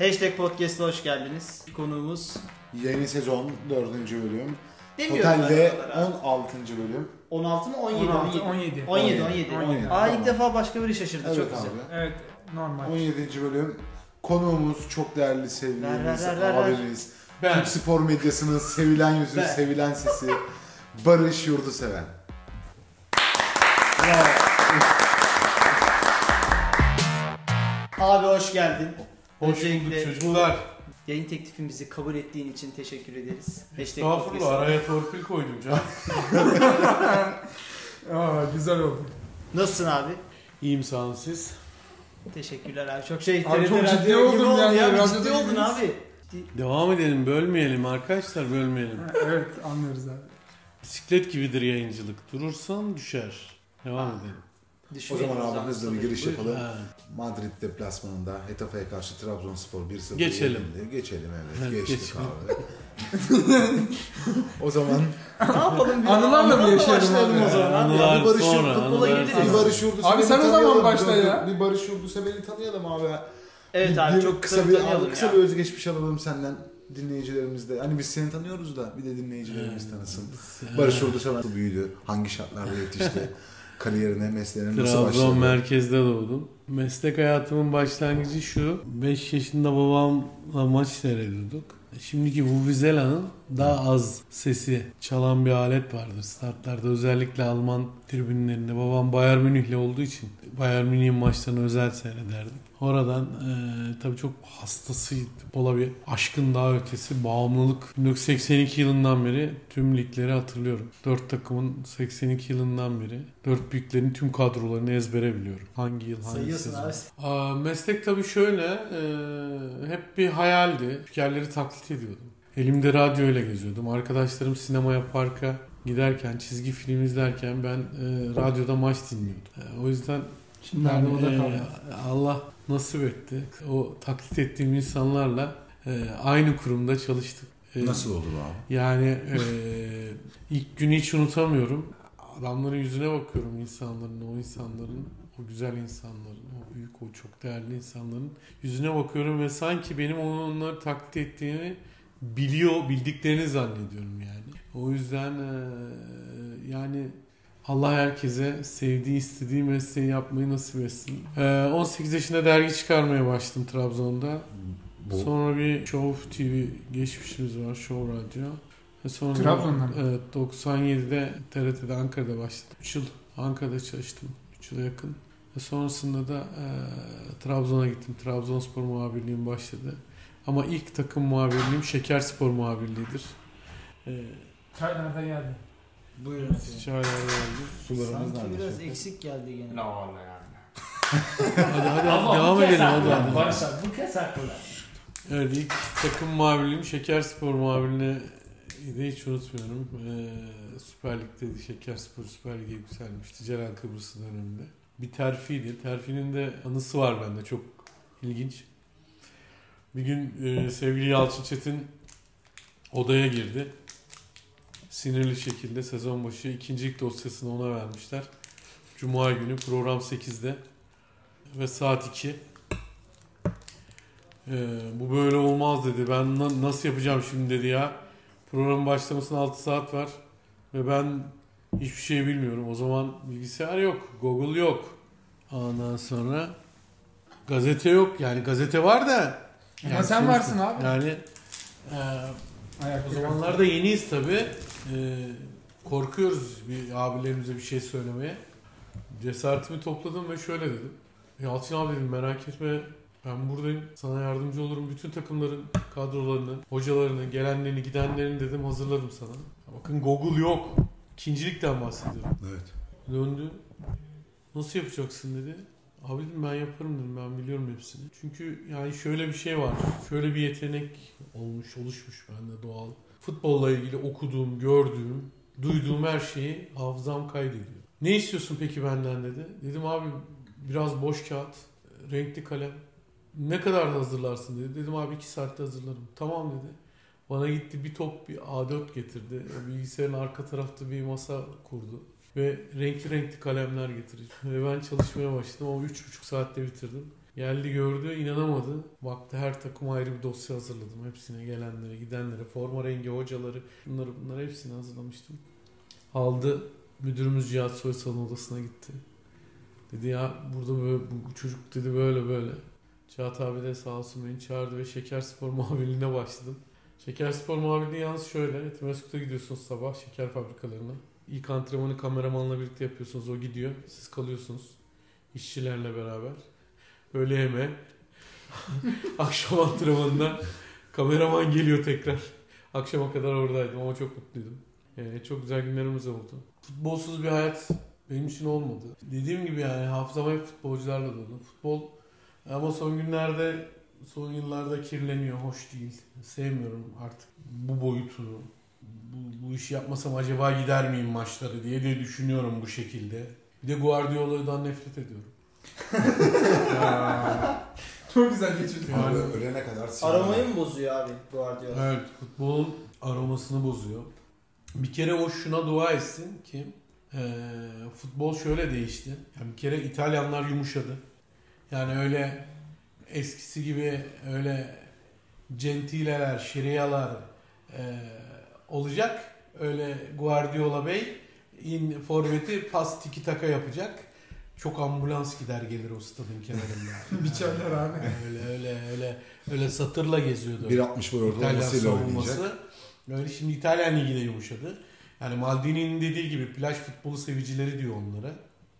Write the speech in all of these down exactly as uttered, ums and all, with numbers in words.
Hashtag Podcast'a hoş geldiniz. Konuğumuz yeni sezon dördüncü bölüm. demiyorum Totalde on altıncı bölüm. on altı mı on yedi? on altı, on yedi. on yedi, on yedi. on yedi. Aa, ilk Tamam. defa başka biri şaşırdı. Evet Çok güzel. abi. Evet, normal. on yedinci bölüm. Konuğumuz çok değerli sevgilimiz, Ver, ver, ver, ver, ver. abimiz. Ben. Türk spor medyasının sevilen yüzü, Ben. sevilen sesi. Barış Yurduseven. Abi hoş geldin. Hoş Öncelikle bulduk çocuklar. Yayın teklifimizi kabul ettiğin için teşekkür ederiz. Hashtag Estağfurullah, Podcast'a. araya torpil koydum canım. Aa, güzel oldu. Nasılsın abi? İyiyim sağ olun siz. Teşekkürler abi. Çok şey Abi çok T R T ciddi radyo gibi oldun oldu yani, ya. Bir radyoda ciddi oldun gibiyiz. abi. Devam edelim, bölmeyelim arkadaşlar, bölmeyelim. Evet, anlıyoruz abi. Bisiklet gibidir yayıncılık. Durursan düşer. Devam edelim. O Düşmeyelim zaman abi zaman hızlı bir sonra. giriş yapalım. Ha, Madrid deplasmanında Hetafe'ye karşı Trabzonspor bir sıfır Geçelim. yenildi. Geçelim evet. Evet, Geçtik geçelim. abi. O zaman Ne yapalım? Bir Anılarla mı yaşayalım başlayalım abi? o zaman abi? Anılar bir Barış sonra, Yurdu- futbola anılar geliriz. bir sonra. Barış Yurduseven'i Abi sen o zaman tanıyalım. başla ya. Bir Barış Yurduseven'i tanıyalım abi. Evet bir, abi bir çok kısa kısa bir tanıyalım kısa ya. bir özgeçmiş alalım senden dinleyicilerimizde. Hani biz seni tanıyoruz da bir de dinleyicilerimiz tanısın. Barış Yurduseven nasıl büyüdü? Hangi şartlarda yetişti? Kariyerine, mesleğine nasıl başladı? Trabzon merkezde doğdum. Meslek hayatımın başlangıcı şu. beş yaşında babamla maç seyrediyorduk. Şimdiki Vuvuzela'nın daha az sesi çalan bir alet vardır startlarda. Özellikle Alman tribünlerinde. Babam Bayern Münihli olduğu için Bayern Münih'in maçlarını özel seyrederdim. Oradan e, tabii çok hastasıydı. Futbola bir aşkın daha ötesi bağımlılık. bin dokuz yüz seksen iki yılından beri tüm ligleri hatırlıyorum. Dört takımın seksen iki yılından beri dört büyüklerin tüm kadrolarını ezbere biliyorum. Hangi yıl, hangi Sayıyorsun sezon. abi. Aa, meslek tabii şöyle, e, hep bir hayaldi. Spikerleri taklit ediyordum. Elimde radyo ile geziyordum. Arkadaşlarım sinemaya, parka giderken, çizgi film izlerken ben e, radyoda maç dinliyordum. E, o yüzden Şimdi abi o da e, kaldı. Allah nasip etti. O taklit ettiğim insanlarla e, aynı kurumda çalıştık. E, Nasıl oldu bu abi? Yani e, ilk günü hiç unutamıyorum. Adamların yüzüne bakıyorum, insanların, o insanların, o güzel insanların, o büyük, o çok değerli insanların yüzüne bakıyorum ve sanki benim onları taklit ettiğimi biliyor, bildiklerini zannediyorum yani. O yüzden e, yani Allah herkese sevdiği, istediği mesleği yapmayı nasip etsin. E, on sekiz yaşında dergi çıkarmaya başladım Trabzon'da. Bu Sonra bir Show T V geçmişimiz var, Show Radyo. Ve sonra Trabzon'da mı? Evet, doksan yedide T R T'de Ankara'da başladım. üç yıl Ankara'da çalıştım. üç yıla yakın. Ve sonrasında da e, Trabzon'a gittim. Trabzonspor muhabirliğim başladı. Ama ilk takım muhabirliğim Şekerspor muhabirliğidir. E, Çay nereden geldi? Buyurun. Şahane geldi. sularımız Sanki nerede? biraz şefim? eksik geldi gene. Ne oldu yani? Hadi hadi, Ama hadi devam bu kez edelim. Hadi, haklılar. hadi. Barış abi bu kez haklılar. Evet, ilk takım muhabirliğim Şekerspor muhabirliğine de hiç unutmuyorum. Ee, Süper Lig'de Şekerspor Süper Lig'e yükselmişti Celal Kıbrıs döneminde. Bir terfiydi. Terfinin de anısı var bende, çok ilginç. Bir gün e, sevgili Yalçın Çetin odaya girdi. Sinirli şekilde sezon başı ikincilik dosyasını ona vermişler. Cuma günü program sekizde ve saat iki. Ee, bu böyle olmaz dedi. Ben na- nasıl yapacağım şimdi dedi ya. Programın başlamasına altı saat var ve ben hiçbir şey bilmiyorum. O zaman bilgisayar yok, Google yok. Ondan sonra gazete yok. Yani gazete var da. Ama Yani sen sonuçta- varsın abi. Yani e, Ayak o zamanlarda yeniyiz tabii. Ee, korkuyoruz bir abilerimize bir şey söylemeye. Cesaretimi topladım ve şöyle dedim. Yalçın abi dedim, merak etme, ben buradayım. Sana yardımcı olurum. Bütün takımların kadrolarını, hocalarını, gelenlerini, gidenlerini dedim hazırladım sana. Bakın Google yok. İkincilikten bahsediyorum. Evet. Döndü. Nasıl yapacaksın dedi. Abi dedim ben yaparım dedim, ben biliyorum hepsini. Çünkü yani şöyle bir şey var. Şöyle bir yetenek olmuş, oluşmuş bende doğal. Futbolla ilgili okuduğum, gördüğüm, duyduğum her şeyi hafızam kaydediyor. Ne istiyorsun peki benden dedi. Dedim abi biraz boş kağıt, renkli kalem. Ne kadar da hazırlarsın dedi. Dedim abi iki saatte hazırlarım. Tamam dedi. Bana gitti bir top bir A dört getirdi. Bilgisayarın arka tarafta bir masa kurdu. Ve renkli renkli kalemler getirdi. Ve ben çalışmaya başladım ama üç buçuk saatte bitirdim. Geldi gördü, inanamadı. Baktı her takıma ayrı bir dosya hazırladım. Hepsine gelenlere, gidenlere, forma rengi, hocaları, bunları bunları hepsini hazırlamıştım. Aldı, müdürümüz Cihat Soysal'ın odasına gitti. Dedi ya burada böyle, bu çocuk dedi böyle böyle. Cihat abi de sağ olsun beni çağırdı ve Şekerspor muhabirliğine başladım. Şekerspor muhabirliği yalnız şöyle, Etimesgut'a gidiyorsunuz sabah şeker fabrikalarına. İlk antrenmanı kameramanla birlikte yapıyorsunuz, o gidiyor. Siz kalıyorsunuz işçilerle beraber. Öğle yeme. Akşam antrenmanında kameraman geliyor tekrar. Akşama kadar oradaydım ama çok mutluydum. Yani çok güzel günlerimiz oldu. Futbolsuz bir hayat benim için olmadı. Dediğim gibi yani hafızam hep futbolcularla dolu. Futbol ama son günlerde, son yıllarda kirleniyor. Hoş değil. Sevmiyorum artık bu boyutunu. Bu, bu işi yapmasam acaba gider miyim maçları diye de düşünüyorum bu şekilde. Bir de Guardiola'dan nefret ediyorum. Çok güzel geçirdin. Abi Yani- ölene kadar Aromayı mı bozuyor abi Guardiola? Evet, futbolun aromasını bozuyor. Bir kere o şuna dua etsin ki e, futbol şöyle değişti. Yani bir kere İtalyanlar yumuşadı. Yani öyle eskisi gibi öyle gentileler, şerialar e, olacak. Öyle Guardiola Bey in forveti pas tiki taka yapacak. Çok ambulans gider gelir o stadın kenarında. Biçerler abi. Öyle öyle öyle öyle satırla geziyordu. bir altmış boy İtalyan ortalamasıyla oynayacak. savunması. Böyle şimdi İtalyan ligine yumuşadı. Yani Maldini'nin dediği gibi plaj futbolu sevicileri diyor onlara.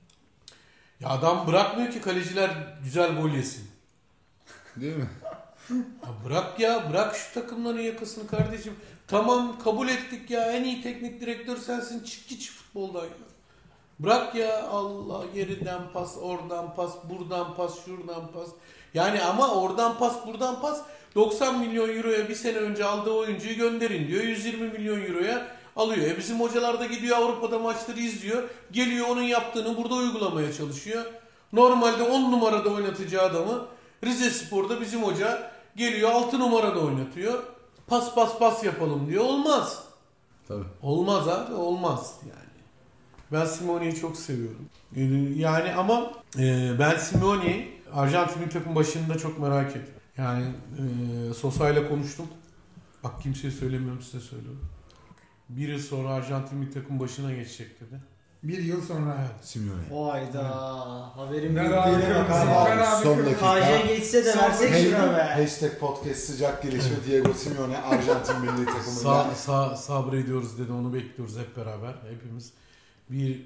Ya adam bırakmıyor ki kaleciler güzel gol yesin. Değil mi? Ya bırak ya, bırak şu takımların yakasını kardeşim. Tamam kabul ettik ya, en iyi teknik direktör sensin, çık git şu futboldan ya. Bırak ya, Allah, geriden pas, oradan pas, buradan pas, şuradan pas. Yani ama oradan pas, buradan pas, doksan milyon euroya bir sene önce aldığı oyuncuyu gönderin diyor. yüz yirmi milyon euroya alıyor. E bizim hocalar da gidiyor Avrupa'da maçları izliyor. Geliyor onun yaptığını burada uygulamaya çalışıyor. Normalde on numarada oynatacağı adamı Rizespor'da bizim hoca geliyor altı numarada oynatıyor. Pas pas pas yapalım diyor. Olmaz. Tabii. Olmaz abi, olmaz yani. Ben Simeone'yi çok seviyorum. Yani ama e, ben Simeone'yi Arjantin takım başında çok merak ediyorum. Yani e, Sosa'yla konuştum. Bak kimseye söylemiyorum, size söylüyorum. Bir yıl sonra Arjantin bir takım başına geçecek dedi. Bir yıl sonra. Evet. Simeone. Hayda. Haberim Ver yok abi, diye bak kırmızı, abi. ver abi, Son kırmızı. dakika. K J geçse de Son versek dakika. şuna be. Hashtag podcast sıcak gelişme Diego Simeone Arjantin milli takımında. Sa sa sabrediyoruz dedi, onu bekliyoruz hep beraber hepimiz. Bir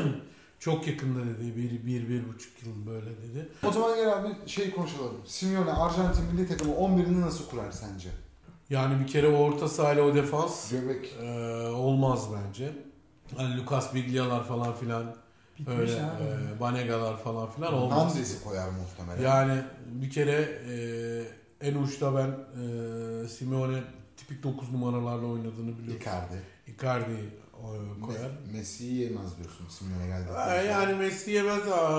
çok yakında dedi, bir, bir, bir buçuk yıl böyle dedi. O zaman gel abi şey konuşalım. Simeone Arjantin milli takımı on birini nasıl kurar sence? Yani bir kere o orta sahayla o defans Göbek. e, olmaz bence. Hani Lucas Biglia'lar falan filan, Bitmiş öyle abi. e, Banega'lar falan filan olmaz. Nandes'i koyar muhtemelen. Yani bir kere e, en uçta ben e, Simeone tipik dokuz numaralarla oynadığını biliyorum. Icardi. Icardi'yi e, koyar. Me- Messi'yi yemez diyorsun Simeone geldi. E, Yani Messi yemez,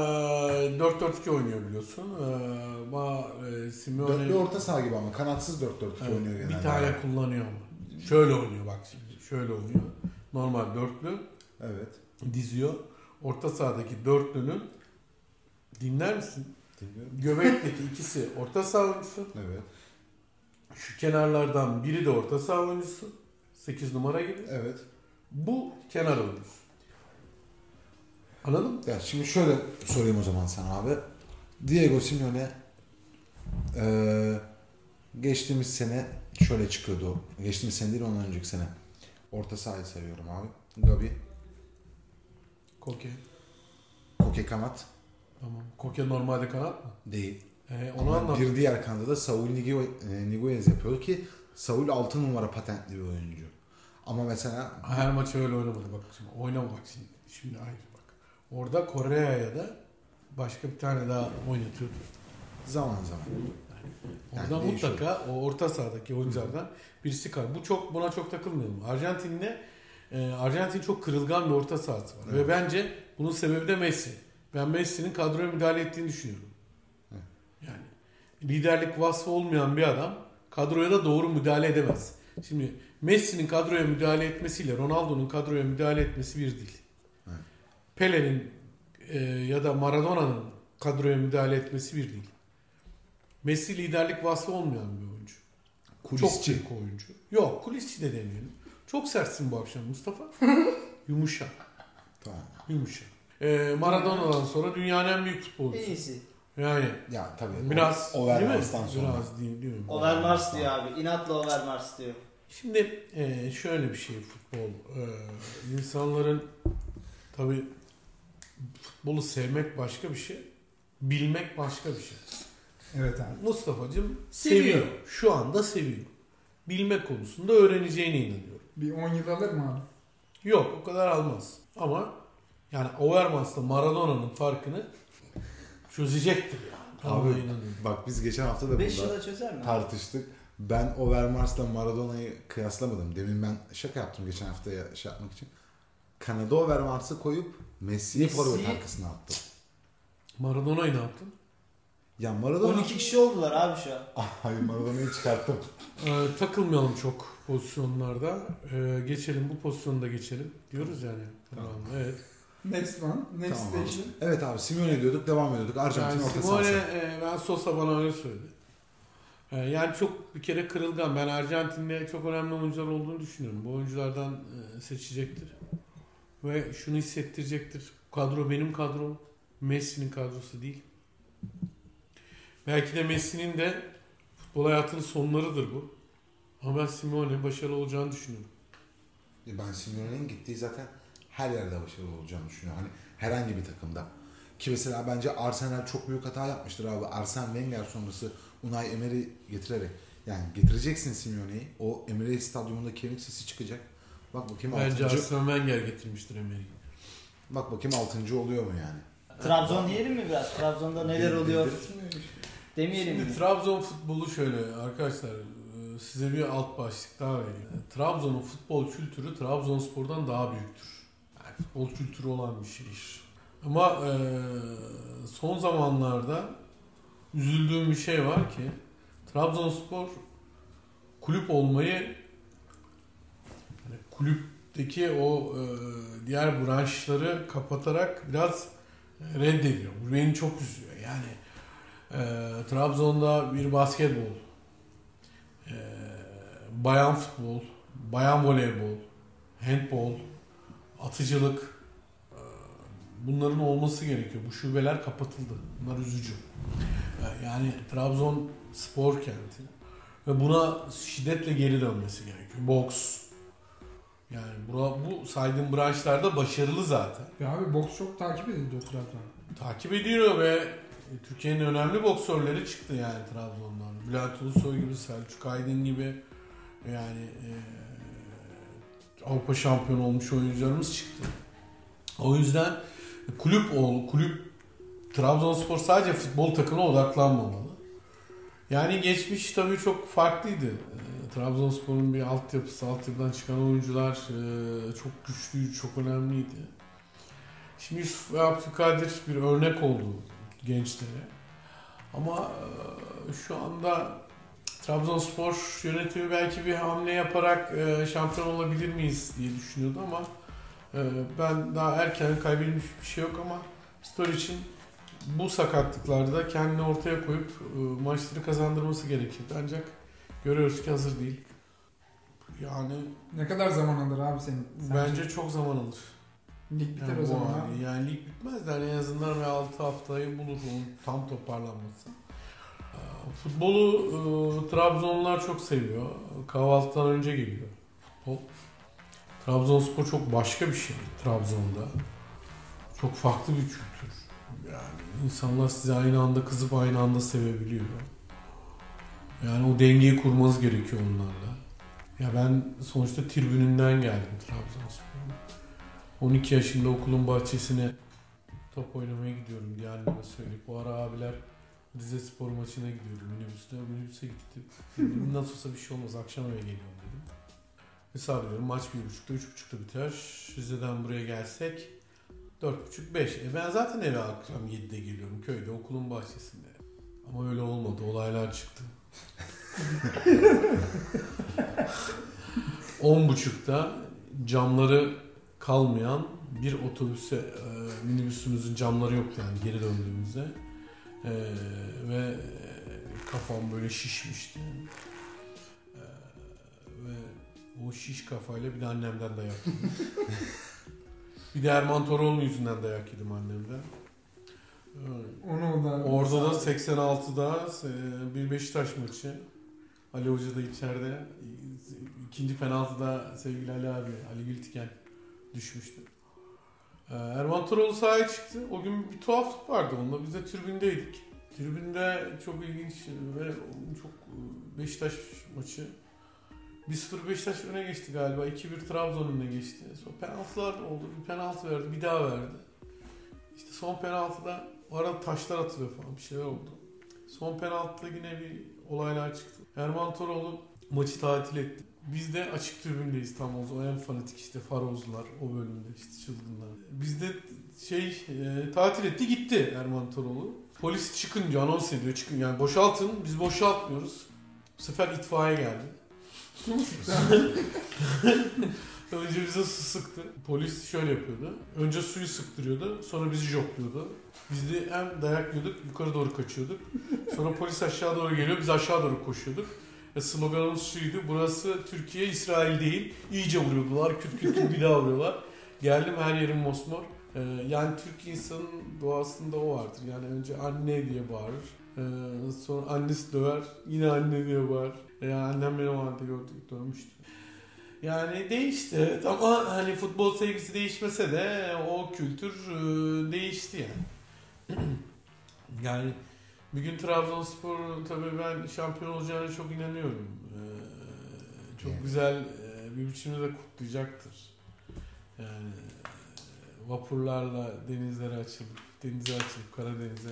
dört dört iki oynuyor biliyorsun. E, Ama e, Simeone Dörtlü orta saha gibi ama kanatsız dört dört iki evet, oynuyor genelde. bir tane kullanıyor ama. Şöyle oynuyor bak şimdi. Şöyle oynuyor. Normal dörtlü Evet. diziyor. Orta sahadaki dörtlünün, dinler misin? Dinliyorum. Göbekteki ikisi orta saha oyuncusu. Evet. Şu kenarlardan biri de orta saha oyuncusu. sekiz numara gibi. Evet. Bu kenar oyuncusu. Anladın mı? Ya şimdi şöyle sorayım o zaman sana abi. Diego Simeone eee geçtiğimiz sene şöyle çıkıyordu. Geçtiğimiz sene değil, ondan önceki sene. Orta sahayı seviyorum abi. Gabi, Koke. Koke kanat Tamam. Koke normalde kanat mı? değil. Ee, onu Ama anlat. bir diğer kanada da Saul Niguez, e, Niguez yapıyordu ki Saul altı numara patentli bir oyuncu. Ama mesela Her maçı öyle oynamadı bak şimdi. Oynama bak şimdi. Şimdi ayrı bak. Orada Kore'ye da başka bir tane daha oynatıyordu. zaman zaman. Orada Yani değişiyor. mutlaka o orta sahadaki oyunculardan birisi kar. Bu çok, buna çok takılmıyorum. Arjantin'le e, Arjantin çok kırılgan bir orta sahası var. Evet. Ve bence bunun sebebi de Messi. Ben Messi'nin kadroya müdahale ettiğini düşünüyorum. Evet. Yani liderlik vasfı olmayan bir adam kadroya da doğru müdahale edemez. Şimdi Messi'nin kadroya müdahale etmesiyle Ronaldo'nun kadroya müdahale etmesi bir değil. Evet. Pele'nin e, ya da Maradona'nın kadroya müdahale etmesi bir değil. Messi liderlik vasfı olmayan bir oyuncu. Kulisçi. Çok büyük oyuncu. Yok, kulisçi de demeyelim. Çok sertsin bu akşam Mustafa. Yumuşak. Tamam. Yumuşak. Ee, Maradona'dan sonra dünyanın en büyük futbolcusu. En iyisi. Yani Ya tabii. biraz o, değil mi? Overmars'tan sonra. Biraz değil, değil mi? Overmars diyor abi. İnatla Overmars diyor. Şimdi e, şöyle bir şey futbol. Ee, insanların tabii futbolu sevmek başka bir şey. Bilmek başka bir şey. Evet abi. Mustafa'cığım Seviyor. seviyor. Şu anda seviyor. Bilme konusunda öğreneceğine inanıyorum. Bir on yıl alır mı abi? Yok, o kadar almaz. Ama yani Overmars'la Maradona'nın farkını çözecektir yani. Abi, Ona inanıyorum. Bak biz geçen hafta da beş burada yıla çözer mi? tartıştık. Ben Overmars'la Maradona'yı kıyaslamadım. Demin ben şaka yaptım geçen haftaya şey yapmak için. Kanada Overmars'ı koyup Messi'yi Messi- forvet arkasına attım. Maradona'yı ne yaptın? Ya Maradona... on iki kişi oldular abi şu an. Ah, hayır Maradona'yı çıkarttım. Ee, takılmayalım çok pozisyonlarda. Ee, geçelim, bu pozisyonu da geçelim diyoruz yani. Tamam. Evet. Next one. Next Tamam abi. station. Evet abi Simeone diyorduk, devam ediyorduk. Arjantin Yani orta Simone, sahası. e, ben Sosa bana öyle söyledi. E, yani çok bir kere kırılgan. Ben Arjantin'de çok önemli oyuncular olduğunu düşünüyorum. Bu oyunculardan e, seçecektir. Ve şunu hissettirecektir. Kadro benim kadrom. Messi'nin kadrosu değil. Belki de Messi'nin de futbol hayatının sonlarıdır bu. Ama ben Simeone başarılı olacağını düşünüyorum. E, Ben Simeone'nin gittiği zaten her yerde başarılı olacağını düşünüyorum. Hani herhangi bir takımda. Ki mesela bence Arsenal çok büyük hata yapmıştır abi. Arsene Wenger sonrası Unai Emery getirerek. Yani getireceksin Simeone'yi. O Emirates Stadyumunda kemik sesi çıkacak. Bak bakayım Bence altıncı. Arsene Wenger getirmiştir Emery'i. Bak bakayım altıncı oluyor mu yani? Trabzon diyelim mi biraz? Trabzon'da neler oluyor? Demeyelim Şimdi mi? Trabzon futbolu şöyle arkadaşlar, e, size bir alt başlık daha vereyim. Trabzon'un futbol kültürü Trabzonspor'dan daha büyüktür. Yani futbol kültürü olan bir şehir. Ama e, son zamanlarda üzüldüğüm bir şey var ki Trabzonspor kulüp olmayı, yani kulüpteki o e, diğer branşları kapatarak biraz reddediyor. Bu beni çok üzüyor. Yani e, Trabzon'da bir basketbol, e, bayan futbol, bayan voleybol, handbol, atıcılık, e, bunların olması gerekiyor. Bu şubeler kapatıldı. Bunlar üzücü. E, yani Trabzon spor kenti ve buna şiddetle geri dönmesi gerekiyor. Boks. Yani bura, bu saydığım branşlarda başarılı zaten. Ya abi boks çok takip ediliyor Trabzon. Takip ediyor ve Türkiye'nin önemli boksörleri çıktı yani Trabzon'dan. Bülent Ulusoy gibi, Selçuk Aydın gibi, yani e, Avrupa şampiyonu olmuş oyuncularımız çıktı. O yüzden kulüp ol, kulüp Trabzonspor sadece futbol takımına odaklanmamalı. Yani geçmiş tabii çok farklıydı. E, Trabzonspor'un bir altyapısı, altyapıdan çıkan oyuncular e, çok güçlüydü, çok önemliydi. Şimdi Yusuf ve Abdülkadir bir örnek oldu gençlere. Ama e, şu anda Trabzonspor yönetimi belki bir hamle yaparak e, şampiyon olabilir miyiz diye düşünüyordu ama e, ben daha erken, kaybedilmiş bir şey yok ama Spor için bu sakatlıklarda kendini ortaya koyup e, maçları kazandırması gerekirdi. Ancak görüyoruz ki hazır değil. Yani Ne kadar zaman alır abi senin? Sence? bence çok zaman alır. Lig biter Yani, o bu zaman hali. abi. yani lig bitmez de hani en azından ve altı haftayı bulur onun tam toparlanması. Ee, Futbolu e, Trabzonlular çok seviyor. Kahvaltıdan önce geliyor futbol. Trabzonspor çok başka bir şey Trabzon'da. Çok farklı bir kültür. Yani insanlar sizi aynı anda kızıp aynı anda sevebiliyor. Yani o dengeyi kurmanız gerekiyor onlarla. Ya ben sonuçta tribününden geldim Trabzonspor'un. on iki yaşında okulun bahçesine top oynamaya gidiyorum diye anneme söyleyip bu ara abiler Rize Spor maçına gidiyorum minibüste. Minibüse gittim. Dedim, nasıl olsa bir şey olmaz akşam eve geliyorum dedim. Hesap ediyorum maç bir buçukta üç buçukta biter. Rize'den buraya gelsek dört buçuk beş. E ben zaten eve akşam yedide geliyorum köyde okulun bahçesinde. Ama öyle olmadı, olaylar çıktı. on buçukta camları kalmayan bir otobüse, e, minibüsümüzün camları yoktu yani geri döndüğümüzde. E, ve Kafam böyle şişmişti. Ee, ve o şiş kafayla bir de annemden dayak yedim. Bir de Erman Toroğlu yüzünden dayak yedim annemden. Onu da Orada da seksen altıda bir Beşiktaş maçı. Ali Hoca da içeride. İkinci penaltıda sevgili Ali abi, Ali Gültiken düşmüştü. Erman Toroğlu sahaya çıktı. O gün bir tuhaflık vardı onunla. Biz de tribündeydik. Tribünde çok ilginç ve çok Beşiktaş maçı. bir sıfır Beşiktaş öne geçti galiba. iki bir Trabzon önüne geçti. Sonra penaltılar oldu. Bir penaltı verdi. Bir daha verdi. İşte son penaltıda o arada taşlar atılıyor falan. Bir şeyler oldu. Son penaltıda yine bir olaylar çıktı. Erman Toroğlu maçı tatil etti. Biz de açık tribündeyiz tam o zaman. En fanatik işte Farozlular o bölümde işte çılgınlar. Biz de şey e, tatil etti gitti Erman Toroğlu. Polis çıkınca anons ediyor çıkın yani boşaltın. Biz boşaltmıyoruz. Bu sefer itfaiye geldi. Önce bize su sıktı. Polis şöyle yapıyordu. Önce suyu sıktırıyordu. Sonra bizi jopluyordu. Biz de hem dayak yiyorduk, yukarı doğru kaçıyorduk. Sonra polis aşağı doğru geliyor, biz aşağı doğru koşuyorduk. E sloganımız şuydu, burası Türkiye, İsrail değil. İyice vuruyordular, küt küt küt bir daha vuruyorlar. Geldim her yerim mosmor. Ee, yani Türk insanın doğasında o vardır. Yani önce anne diye bağırır. Ee, sonra annesi döver, yine anne diye bağırır. Yani annem beni o halde gördük, dövmüştü. Yani değişti evet ama hani futbol sevgisi değişmese de o kültür e, değişti yani. Yani bir gün Trabzonspor tabii ben şampiyon olacağına çok inanıyorum. Ee, çok evet. güzel e, bir biçimde de kutlayacaktır. Yani e, vapurlarla denizlere açılıp, denize açılıp Karadeniz'e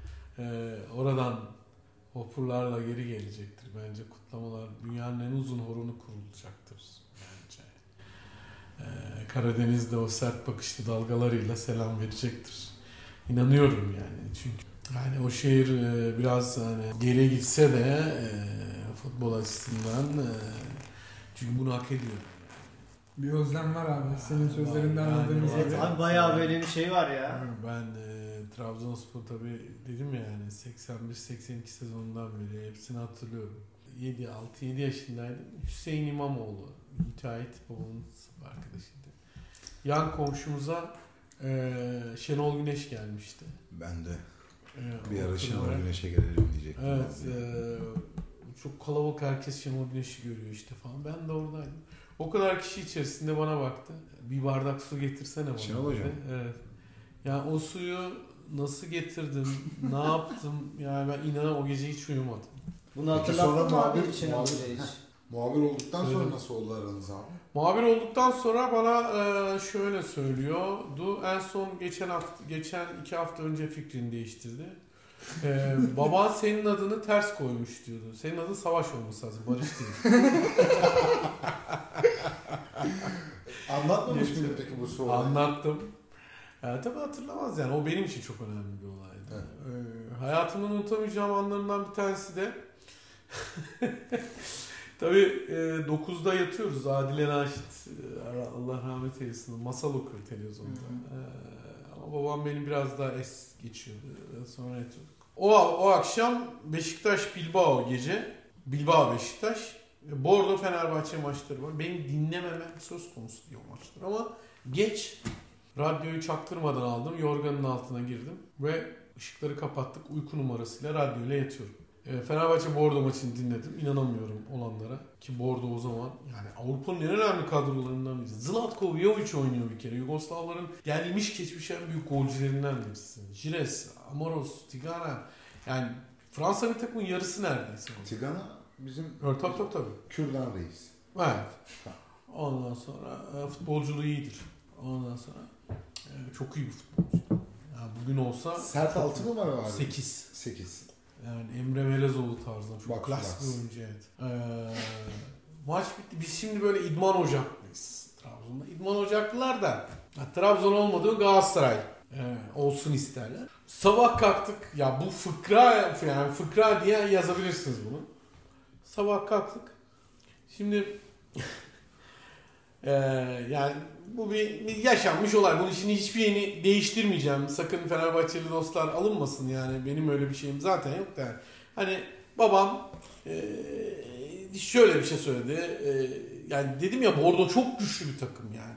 e, oradan vapurlarla geri gelecektir. Bence kutlamalar dünyanın en uzun horonu kurulacaktır. Bence. Ee, Karadeniz'de o sert bakışlı dalgalarıyla selam verecektir. İnanıyorum yani. Çünkü yani o şehir e, biraz hani geri gitse de e, futbol açısından e, çünkü bunu hak ediyor. Bir özlem var abi. Senin sözlerinden yani, anladığımız evet, gibi. Abi bayağı böyle bir şey var ya. Ben e, Trabzonspor tabii dedim ya yani seksen bir seksen iki sezonundan beri hepsini hatırlıyorum. yedi altı yedi yaşındaydım. Hüseyin İmamoğlu, müteahhit babamın arkadaşıydı. Yan komşumuza e, Şenol Güneş gelmişti. Ben de E, bir ara Şenol Güneş'e gelelim diyecektim. Evet. E, çok kalabalık, herkes Şenol Güneş'i görüyor işte falan. Ben de oradaydım. O kadar kişi içerisinde bana baktı. Bir bardak su getirsene bana. Şenol Hocam. Evet. Yani o suyu nasıl getirdim, ne yaptım? Yani ben inanın o gece hiç uyumadım. Bunu hatırlattın mı abi için muhabir, muhabir olduktan sonra nasıl oldu aranız abi? Muhabir olduktan sonra bana e, şöyle söylüyordu. En son geçen hafta, geçen iki hafta önce fikrini değiştirdi. E, baban senin adını ters koymuş diyordu. Senin adın Savaş olması lazım, Barış değil. Anlatmamış mıydın peki bu soruyu? Anlattım. Yani tabii hatırlamaz yani. O benim için çok önemli bir olaydı. Evet. Ee, hayatımın unutamayacağım anlarından bir tanesi de tabii e, dokuzda yatıyoruz. Adile Naşit, Allah rahmet eylesin, masal okuyor televizyonda. Ee, ama babam beni biraz daha es geçiyordu. Sonra yatıyorduk. O, o akşam Beşiktaş Bilbao gece. Bilbao Beşiktaş. Bordo Fenerbahçe maçları var. Benim dinlememem söz konusu diyor maçlar ama geç radyoyu çaktırmadan aldım. Yorganın altına girdim ve ışıkları kapattık. Uyku numarasıyla radyoyla yatıyorum. E, Fenerbahçe Bordo maçını dinledim. İnanamıyorum olanlara. Ki Bordo o zaman yani Avrupa'nın en önemli kadrolarından birisi. Zlatko Jovic oynuyor bir kere. Yugoslavların gelmiş geçmiş en büyük golcülerinden birisi. Jires, Amoros, Tigana. Yani Fransa'nın takımın yarısı neredeyse. Tigana bizim evet, tabii tabii tabii. Kürdan reis. Evet. Ondan sonra e, futbolculuğu iyidir. Ondan sonra e, çok iyi bir futbolcu. Yani bugün olsa sert altı numara var. sekiz. sekiz. Yani Emre Melezoğlu tarzında çok Bak, klas bir oyuncu evet. Ee, maç bitti. Biz şimdi böyle idman ocaklıyız Trabzon'da. İdman ocaklılar da ya, Trabzon olmadığı Galatasaray e, olsun isterler. Sabah kalktık. Ya bu fıkra yani fıkra diye yazabilirsiniz bunu. Sabah kalktık. Şimdi Ee, yani bu bir, bir yaşanmış olay. Bunun için hiçbir şeyini değiştirmeyeceğim. Sakın Fenerbahçeli dostlar alınmasın yani. Benim öyle bir şeyim zaten yok da. Hani babam e, şöyle bir şey söyledi. E, yani dedim ya Bordo çok güçlü bir takım yani.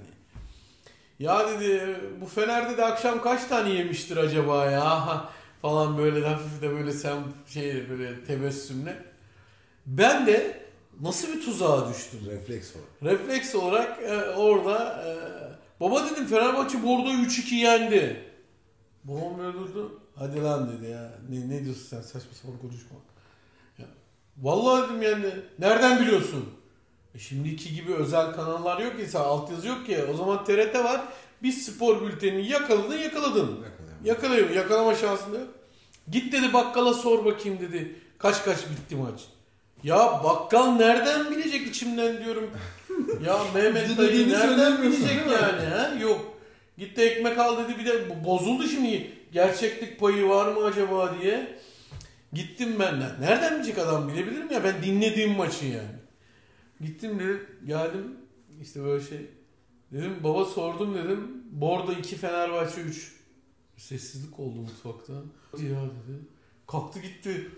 Ya dedi bu Fener'de de akşam kaç tane yemiştir acaba ya falan böyle hafif de böyle sen şey böyle tebessümle. Ben de nasıl bir tuzağa düştüm. Refleks olarak. Refleks olarak e, orada e, baba dedim Fenerbahçe Bordo'yu üç iki yendi. Babam böyle durdu. Hadi lan dedi ya. Ne, ne diyorsun sen saçma sapan konuşma. Ya, vallahi dedim yani nereden biliyorsun? E şimdiki gibi özel kanallar yok ki, altyazı yok ki. O zaman T R T var. Bir spor bültenini yakaladın yakaladın. Yakalayayım. Yakalama şansında yok. Git dedi bakkala sor bakayım dedi. Kaç kaç bitti maç. Ya bakkal nereden bilecek içimden diyorum. Ya Mehmet dayı nereden bilecek yani ha? Yok. Gitti ekmek al dedi, bir de bozuldu şimdi. Gerçeklik payı var mı acaba diye. Gittim ben. Nereden bilecek adam, bilebilir mi ya? Ben dinlediğim maçı yani. Gittim dedim, geldim işte böyle şey. Dedim baba sordum dedim. Bordo iki Fenerbahçe üç. Sessizlik oldu mutfakta. Ya dedi. Kalktı gitti.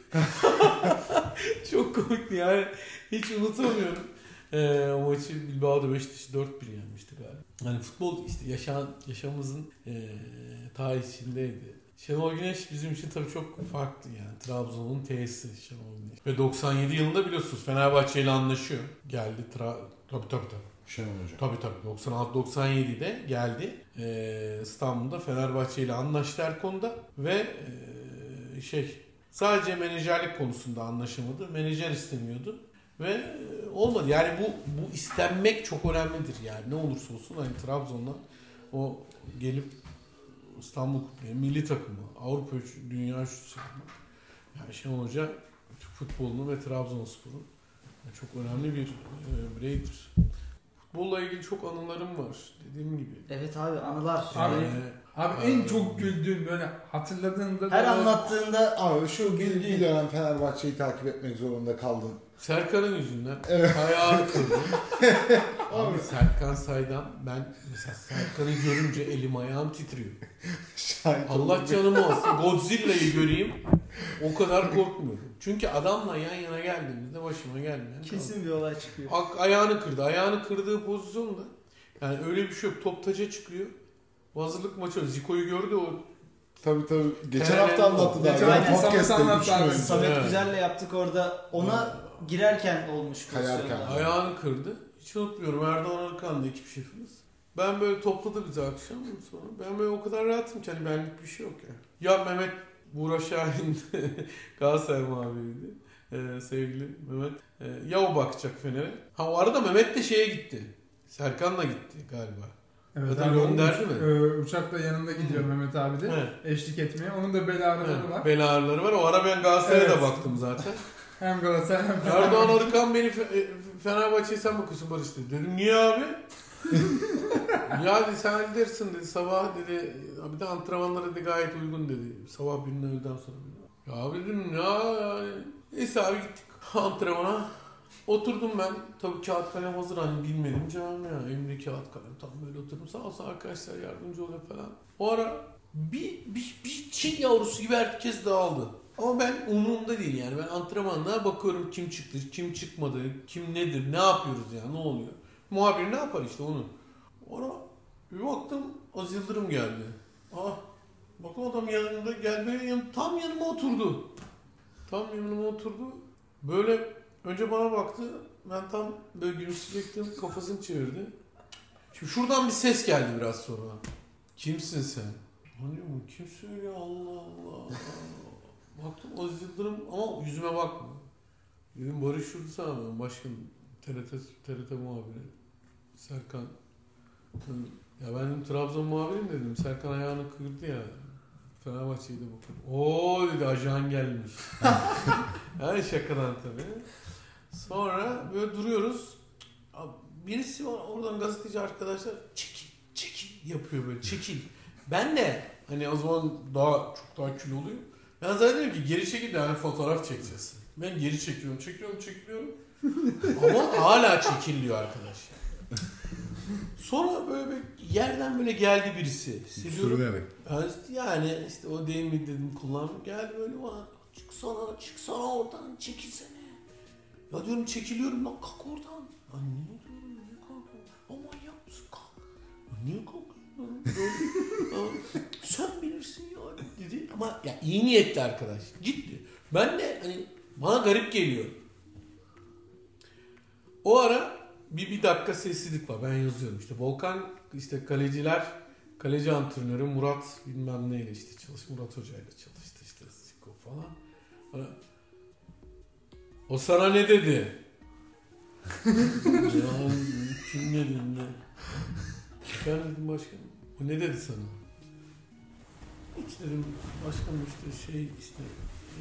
Çok komikti yani. Hiç unutamıyorum. Ee, o maçı Bilbao'da Beşiktaş'ı dört bir yenmişti galiba. Hani futbol işte yaşayan, yaşamımızın e, tarihindeydi. Şenol Güneş bizim için tabii çok farklı yani. Trabzon'un tesisi Şenol Güneş. Ve doksan yedi yılında biliyorsunuz Fenerbahçe ile anlaşıyor. Geldi. Tra- tabii tabii tabii. Şenol Hoca. Tabii tabii. doksan altı doksan yedide geldi. Ee, İstanbul'da Fenerbahçe ile anlaştı her konuda. Ve e, şey sadece menajerlik konusunda anlaşamadı. Menajer istemiyordu. Ve e, olmadı. Yani bu bu istenmek çok önemlidir yani. Ne olursa olsun hani Trabzon'dan o gelip İstanbul milli takımı, Avrupa üçü, dünya üçüncüsü yapmak. Yani Şenol Hoca futbolunu ve Trabzonspor'un çok önemli bir e, bireydir. Futbolla ilgili çok anılarım var dediğim gibi. Evet abi, anılar. Abi, Yani abi en çok güldüğün böyle hatırladığında her da anlattığında Abi şu bir, bir dönem Fenerbahçe'yi takip etmek zorunda kaldın. Serkan'ın yüzünden Evet. ayağını kırdım. Abi Serkan Saydam, ben mesela Serkan'ı görünce elim ayağım titriyor. Şahit Allah oldum. canımı alsın. Godzilla'yı göreyim. O kadar korkmuyorum. Çünkü adamla yan yana geldiğimizde başıma gelmeyen kesin bir olay çıkıyor. kaldı. Ayağını kırdı. Ayağını kırdığı pozisyonda yani öyle bir şey yok. Top taca çıkıyor. Bu hazırlık maçı. Ziko'yu gördü o. Tabii tabii. Geçen Evet, hafta anlattı daha. geçen Yani hafta podcast'te Samet anlattı üç gün abi. önce. Samet Evet. Güzel'le yaptık orada. Ona girerken olmuş Kayarken. pozisyonda. Ayağını kırdı. Hiç unutmuyorum. Erdoğan Arıkan'da ekip şefimiz. Ben böyle topladı bizi akşam sonra. Ben böyle o kadar rahatım ki hani benlik bir şey yok ya. Ya Mehmet Buğra Şahin Galatasaray muhabiriydi. Ee, sevgili Mehmet. Ee, ya o bakacak Fener'e. Ha o arada Mehmet de şeye gitti. Serkan'la gitti galiba. evet, Ya da abi, gönderdi uç- mi? e, uçakla yanında gidiyor Mehmet abi de Evet. eşlik etmeye. Onun da bel ağrıları Evet, var. bel ağrıları var. O ara ben Galatasaray'a Evet. da baktım zaten. Hem Galatasaray hem Erdoğan Arıkan beni Fe- Fenerbahçe'ye sen bakıyorsun Barış dedi. Dedim niye abi? Ya dedi sen gidersin dedi sabah dedi. Bir de antrenmanlara dedi gayet uygun dedi. Sabah birinin öğleden sonra. Ya abi dedim ya yani. Neyse abi gittik antrenmana. Oturdum ben. Tabii kağıt kalem hazır hani bilmedim canım ya. Elimde kağıt kalem tam böyle oturdum. Sağ olsun arkadaşlar yardımcı oluyor falan. O ara bir, bir, bir Çin yavrusu gibi herkes dağıldı. Ama ben umurumda değil yani. Ben antrenmanlara bakıyorum kim çıktı, kim çıkmadı, kim nedir, ne yapıyoruz ya, ne oluyor. Muhabir ne yapar işte onu. Ona bir baktım Aziz Yıldırım geldi. Ah, baktım adam yanımda geldi, yan, tam yanıma oturdu. Tam yanıma oturdu. Böyle önce bana baktı. Ben tam böyle gülümseyecektim, kafasını çevirdi. Şimdi şuradan bir ses geldi biraz sonra. Kimsin sen? Hani bu kim söylüyor Allah Allah. Baktım Aziz Yıldırım ama yüzüme bakma. Dedim Barış Yurdusan başkan T R T T R T muhabiri Serkan. Ya ben dedim Trabzon muhabiriyim dedim. Serkan ayağını kırdı ya. Fenerbahçe'ye de bakın. Oo dedi ajan gelmiş. Yani şakadan tabii. Sonra böyle duruyoruz. Birisi var oradan gazeteci arkadaşlar çekil çekil yapıyor böyle çekil. Ben de hani o zaman daha çok daha kül oluyor. Ben zannediyorum ki geri çekil de hani fotoğraf çekeceğiz. Ben geri çekiyorum, çekiyorum, çekiliyorum. Ama hala çekiliyor arkadaş. Sonra böyle bir yerden böyle geldi birisi. Sürünerek. Yani işte o deyimi dedim kullandım. Geldi böyle bana Çıksana, çıksana oradan, çekilsene. Ya diyorum çekiliyorum lan, kalk oradan. Ya niye diyorum, niye kalkıyorsun? Ama manyak mısın, kalk. Ya niye kalkıyorsun? Böyle, ya, sen bilirsin ya dedi. Ama ya iyi niyetli arkadaş, ciddi. Ben de hani bana garip geliyor. O ara bir, bir dakika sessizlik var. Ben yazıyorum işte. Volkan işte kaleciler, kaleci antrenörü Murat bilmem neyle işte çalış. Murat Hoca'yla çalıştı işte. Siko falan. O sana ne dedi? Ya kim ne dedi ne? Ben dedim başkanım. O ne dedi sana? Hiç dedim başkanım işte şey işte e,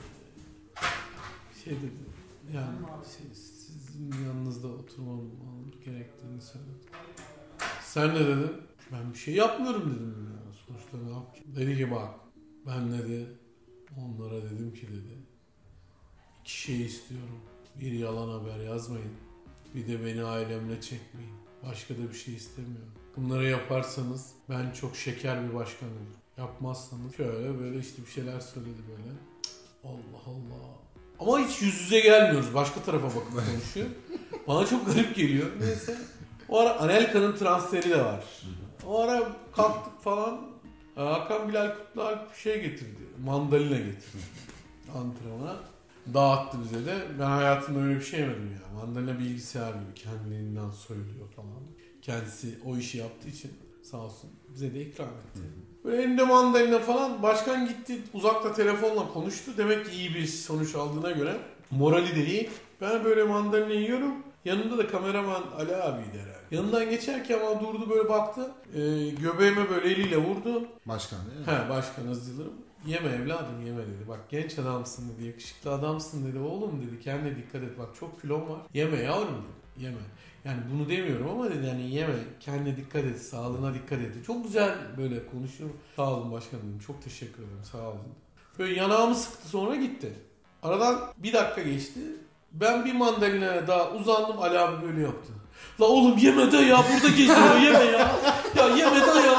şey dedi. Yani şey, sizin yanınızda oturmam gerektiğini söyledi. Sen ne dedin? Ben bir şey yapmıyorum dedim. Ya. Sonuçta ne yapayım? Dedi ki bak ben dedi onlara dedim ki dedi iki şey istiyorum. Bir yalan haber yazmayın. Bir de beni ailemle çekmeyin. Başka da bir şey istemiyorum. Bunları yaparsanız ben çok şeker bir başkan olurum. Yapmazsanız şöyle böyle işte bir şeyler söyledi böyle. Allah Allah. Ama hiç yüz yüze gelmiyoruz. Başka tarafa bakıp konuşuyor. Bana çok garip geliyor. Neyse. O ara Anelka'nın transferi de var. O ara kalktık falan. Hakan Bilal Kutlualp bir şey getirdi. Mandalina getirdi. Antrenmana. Dağıttı bize de. Ben hayatımda öyle bir şey yemedim ya. Mandalina bilgisayar gibi kendinden söylüyor falan. Kendisi o işi yaptığı için sağ olsun bize de ikram etti. Böyle elinde mandalina falan. Başkan gitti uzakta telefonla konuştu. Demek ki iyi bir sonuç aldığına göre morali de iyi. Ben böyle mandalina yiyorum. Yanımda da kameraman Ali abiydi herhalde. Yanından geçerken ama durdu böyle baktı. E, göbeğime böyle eliyle vurdu. Başkan değil mi? He başkan Aziz Yıldırım. Yeme evladım yeme dedi. Bak genç adamsın dedi. Yakışıklı adamsın dedi. Oğlum dedi kendine dikkat et. Bak çok kilon var. Yeme yavrum dedi. Yeme. Yani bunu demiyorum ama dedi yani yeme. Kendine dikkat et. Sağlığına dikkat et. Çok güzel böyle konuşuyor. Sağ olun başkanım dedim. Çok teşekkür ederim. Sağ olun. Böyle yanağımı sıktı sonra gitti. Aradan bir dakika geçti. Ben bir mandalinaya daha uzandım. Ali abi böyle yaptı. La oğlum yeme de ya. Burada geziyor yeme ya. Ya yeme de ya.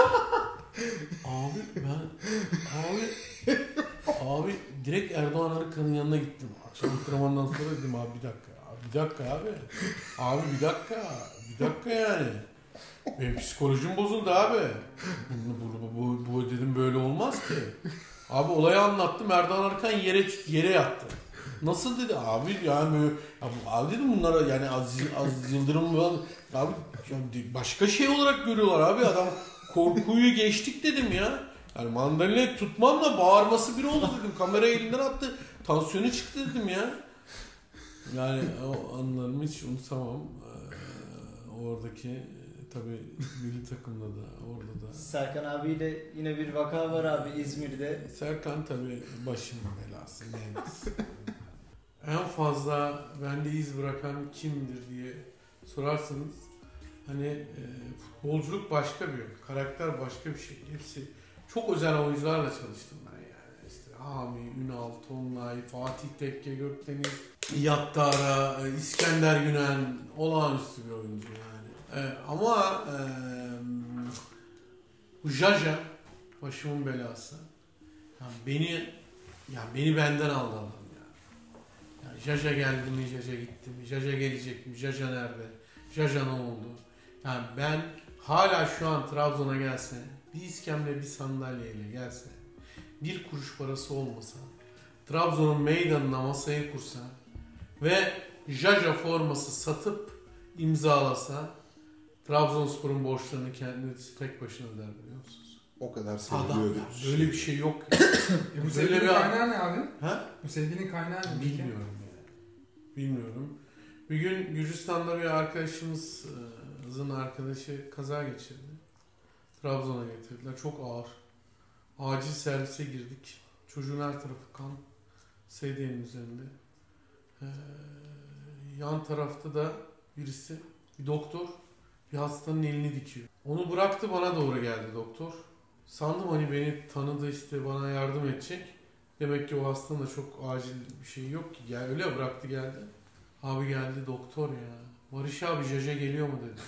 Abi ben abi abi direkt Erdoğan Arıkan'ın yanına gittim. Akşam antrenmandan sonra dedim abi bir dakika. Abi bir dakika abi. Abi bir dakika. Bir dakika yani. Benim psikolojim bozuldu abi. Bu, bu, bu, bu dedim böyle olmaz ki. Abi olayı anlattım. Erdoğan Arıkan yere yere yattı. Nasıl dedi abi yani böyle, ya bu, abi dedim bunlara yani Aziz, Aziz Yıldırım falan abi başka şey olarak görüyorlar abi adam korkuyu geçtik dedim ya. Yani mandalina tutmamla bağırması bir oldu dedim. Kamera elinden attı. Tansiyonu çıktı dedim ya. Yani o anlarımı hiç unutamam. Ee, oradaki tabii milli takımda da orada da. Serkan abiyle yine bir vaka var abi İzmir'de. Serkan tabii başımın belası. En fazla bende iz bırakan kimdir diye sorarsanız hani e, futbolculuk başka bir karakter başka bir şey. Hepsi çok özel oyuncularla çalıştım ben yani. İşte Hami, Ünal, Tonlay, Fatih Tekke, Gökdeniz, Yattara, İskender Günen olağanüstü bir oyuncu yani. E, ama e, bu Jaja başımın belası. Yani beni yani beni benden aldı adam. Yani Jaja geldi mi, Jaja gitti mi, Jaja gelecek mi, Jaja nerede, Jaja ne oldu? Yani ben hala şu an Trabzon'a gelse, bir iskemle bir sandalyeyle gelse, bir kuruş parası olmasa, Trabzon'un meydanına masayı kursa ve Jaja forması satıp imzalasa, Trabzonspor'un borçlarını kendisi tek başına öder biliyor musunuz? O kadar Adam seviliyor. ya, böyle bir şey yok. E bu sevginin bir- kaynağı ne abi? Ha? Bu sevginin kaynağı ne? Bilmiyorum yani. Bilmiyorum. Bir gün Gürcistan'da bir arkadaşımızın arkadaşı kaza geçirdi. Trabzon'a getirdiler. Çok ağır. Acil servise girdik. Çocuğun her tarafı kan. Sedyenin üzerinde. Ee, yan tarafta da birisi, bir doktor, bir hastanın elini dikiyor. Onu bıraktı bana doğru geldi doktor. Sandım hani beni tanıdı işte bana yardım edecek. Demek ki o hastanın da çok acil bir şey yok ki. Yani öyle bıraktı geldi. Abi geldi doktor ya. Barış abi Jaja geliyor mu dedi.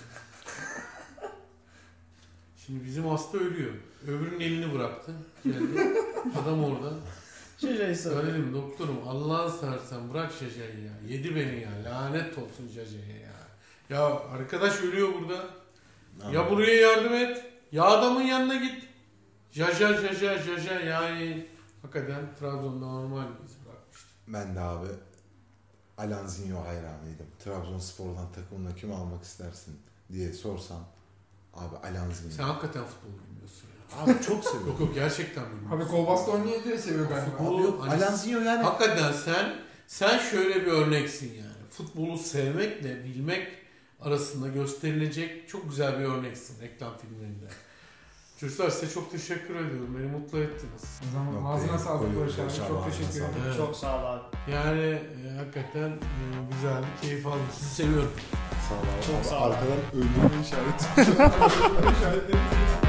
Şimdi bizim hasta ölüyor. Öbürünün elini bıraktı. Geldi. Adam orada. Jaja'yı soruyor. Söyledim doktorum Allah'ını seversen bırak Jaja'yı ya. Yedi beni ya. Lanet olsun Jaja'ya ya. Ya arkadaş ölüyor burada. Ya buraya yardım et. Ya adamın yanına git. Jaja Jaja Jaja yani hakikaten Trabzon'da normal bir iz bırakmıştı. Ben de abi Alanzinho hayranıydım. Trabzonspor'dan takımına kim almak istersin diye sorsam abi Alanzinho. Sen hakikaten futbol bilmiyorsun ya. Abi çok seviyorum. Yok yok gerçekten bilmiyorsun. Abi kol bastı oynuyor diye seviyor galiba. Futbolu- Abi yok, Hani- Alanzinho yani. Hakikaten sen sen şöyle bir örneksin yani. Futbolu sevmekle bilmek arasında gösterilecek çok güzel bir örneksin reklam filmlerinde. Çocuklar size çok teşekkür ediyorum. Beni mutlu ettiniz. O zaman Noktayı ağzına sağlık koyuyoruz Barış abi. Barış Çok abi, teşekkür ağzına ederim. Evet. Çok sağ ol abi. Yani e, hakikaten e, güzeldi, keyif aldım. Sizi seviyorum. Sağ ol abi. Çok Abi sağ ol. Arkadan öldürme işareti. İşaretleri